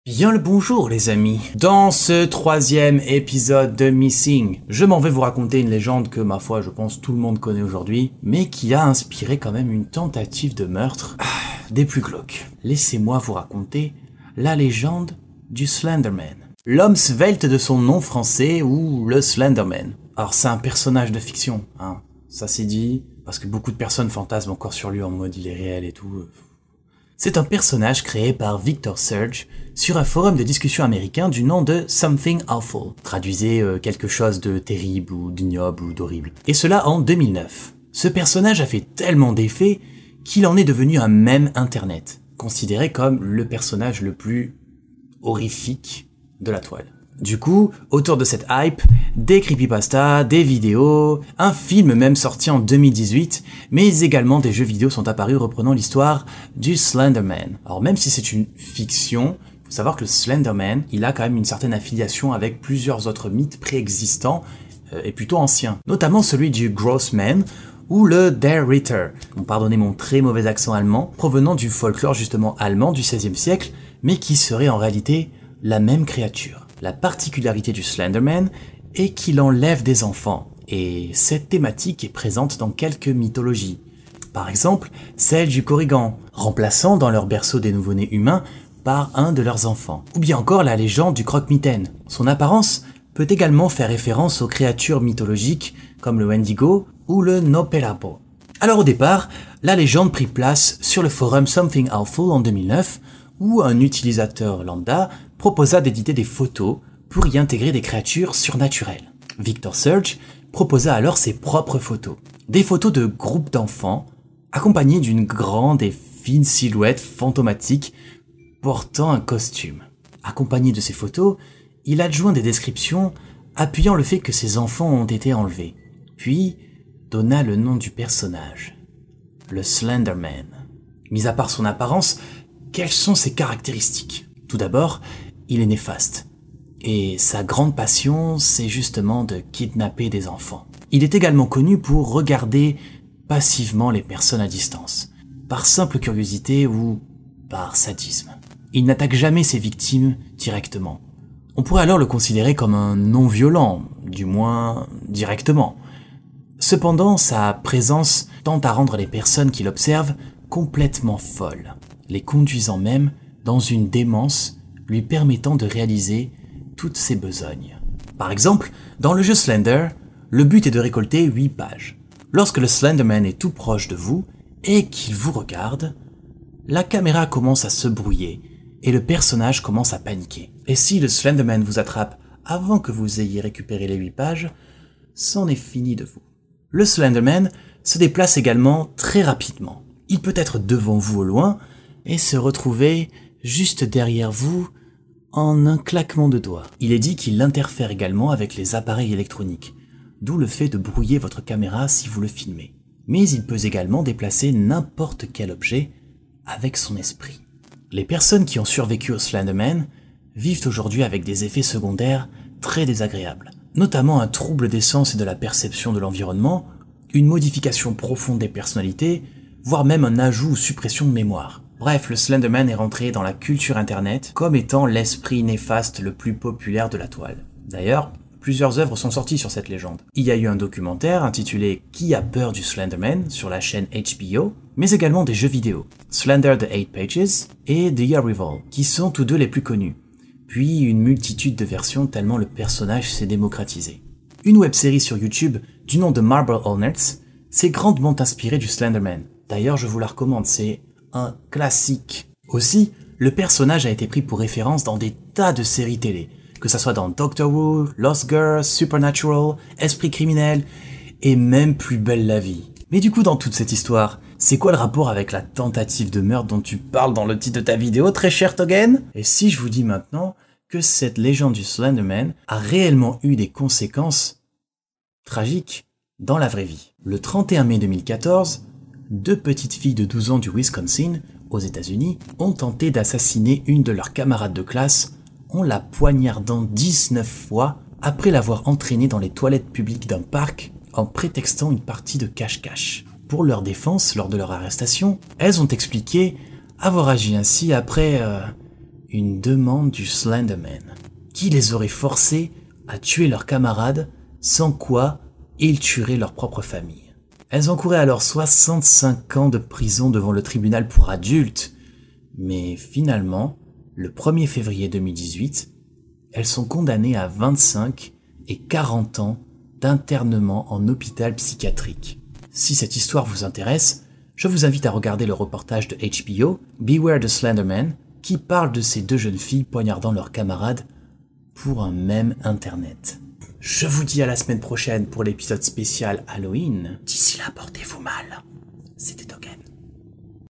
Bien le bonjour les amis. Dans ce troisième épisode de Missing, je m'en vais vous raconter une légende que ma foi je pense tout le monde connaît aujourd'hui, mais qui a inspiré quand même une tentative de meurtre des plus glauques. Laissez-moi vous raconter la légende du Slenderman. L'homme svelte de son nom français ou le Slenderman. Alors c'est un personnage de fiction, hein, ça c'est dit, parce que beaucoup de personnes fantasment encore sur lui en mode il est réel et tout. C'est un personnage créé par Victor Surge sur un forum de discussion américain du nom de Something Awful. Traduisez quelque chose de terrible ou d'ignoble ou d'horrible. Et cela en 2009. Ce personnage a fait tellement d'effets qu'il en est devenu un mème internet, considéré comme le personnage le plus horrifique de la toile. Du coup, autour de cette hype, des creepypastas, des vidéos, un film même sorti en 2018, mais également des jeux vidéo sont apparus reprenant l'histoire du Slenderman. Alors même si c'est une fiction, faut savoir que le Slenderman, il a quand même une certaine affiliation avec plusieurs autres mythes préexistants et plutôt anciens, notamment celui du Grossman ou le Der Ritter. Bon, pardonnez mon très mauvais accent allemand, provenant du folklore justement allemand du XVIe siècle, mais qui serait en réalité la même créature. La particularité du Slenderman est qu'il enlève des enfants, et cette thématique est présente dans quelques mythologies. Par exemple, celle du Corrigan, remplaçant dans leur berceau des nouveau-nés humains par un de leurs enfants. Ou bien encore la légende du croque-mitaine. Son apparence peut également faire référence aux créatures mythologiques comme le Wendigo ou le Nopperabo. Alors au départ, la légende prit place sur le forum Something Awful en 2009, où un utilisateur lambda proposa d'éditer des photos pour y intégrer des créatures surnaturelles. Victor Surge proposa alors ses propres photos. Des photos de groupes d'enfants, accompagnées d'une grande et fine silhouette fantomatique portant un costume. Accompagné de ces photos, il adjoint des descriptions appuyant le fait que ces enfants ont été enlevés, puis donna le nom du personnage, le Slenderman. Mis à part son apparence, quelles sont ses caractéristiques ? Tout d'abord, il est néfaste. Et sa grande passion, c'est justement de kidnapper des enfants. Il est également connu pour regarder passivement les personnes à distance, par simple curiosité ou par sadisme. Il n'attaque jamais ses victimes directement. On pourrait alors le considérer comme un non-violent, du moins directement. Cependant, sa présence tend à rendre les personnes qui l'observent complètement folles, les conduisant même dans une démence lui permettant de réaliser toutes ses besognes. Par exemple, dans le jeu Slender, le but est de récolter 8 pages. Lorsque le Slenderman est tout proche de vous et qu'il vous regarde, la caméra commence à se brouiller et le personnage commence à paniquer. Et si le Slenderman vous attrape avant que vous ayez récupéré les 8 pages, c'en est fini de vous. Le Slenderman se déplace également très rapidement. Il peut être devant vous au loin et se retrouver juste derrière vous en un claquement de doigts. Il est dit qu'il interfère également avec les appareils électroniques, d'où le fait de brouiller votre caméra si vous le filmez. Mais il peut également déplacer n'importe quel objet avec son esprit. Les personnes qui ont survécu au Slenderman vivent aujourd'hui avec des effets secondaires très désagréables, notamment un trouble des sens et de la perception de l'environnement, une modification profonde des personnalités, voire même un ajout ou suppression de mémoire. Bref, le Slenderman est rentré dans la culture internet comme étant l'esprit néfaste le plus populaire de la toile. D'ailleurs, plusieurs œuvres sont sorties sur cette légende. Il y a eu un documentaire intitulé « Qui a peur du Slenderman ?» sur la chaîne HBO, mais également des jeux vidéo, Slender the Eight Pages et The Arrival, qui sont tous deux les plus connus, puis une multitude de versions tellement le personnage s'est démocratisé. Une web-série sur YouTube du nom de Marble Hornets s'est grandement inspirée du Slenderman. D'ailleurs, je vous la recommande, c'est un classique. Aussi, le personnage a été pris pour référence dans des tas de séries télé, que ça soit dans Doctor Who, Lost Girl, Supernatural, Esprit criminel, et même Plus belle la vie. Mais du coup, dans toute cette histoire, c'est quoi le rapport avec la tentative de meurtre dont tu parles dans le titre de ta vidéo, très cher Togen ? Et si je vous dis maintenant que cette légende du Slenderman a réellement eu des conséquences tragiques dans la vraie vie. Le 31 mai 2014, 2 petites filles de 12 ans du Wisconsin, aux États-Unis, ont tenté d'assassiner une de leurs camarades de classe en la poignardant 19 fois après l'avoir entraînée dans les toilettes publiques d'un parc en prétextant une partie de cache-cache. Pour leur défense, lors de leur arrestation, elles ont expliqué avoir agi ainsi après une demande du Slenderman, qui les aurait forcés à tuer leurs camarades, sans quoi ils tueraient leur propre famille. Elles encouraient alors 65 ans de prison devant le tribunal pour adultes, mais finalement, le 1er février 2018, elles sont condamnées à 25 et 40 ans d'internement en hôpital psychiatrique. Si cette histoire vous intéresse, je vous invite à regarder le reportage de HBO, Beware the Slenderman, qui parle de ces deux jeunes filles poignardant leurs camarades pour un mème internet. Je vous dis à la semaine prochaine pour l'épisode spécial Halloween. D'ici là, portez-vous mal. C'était OK.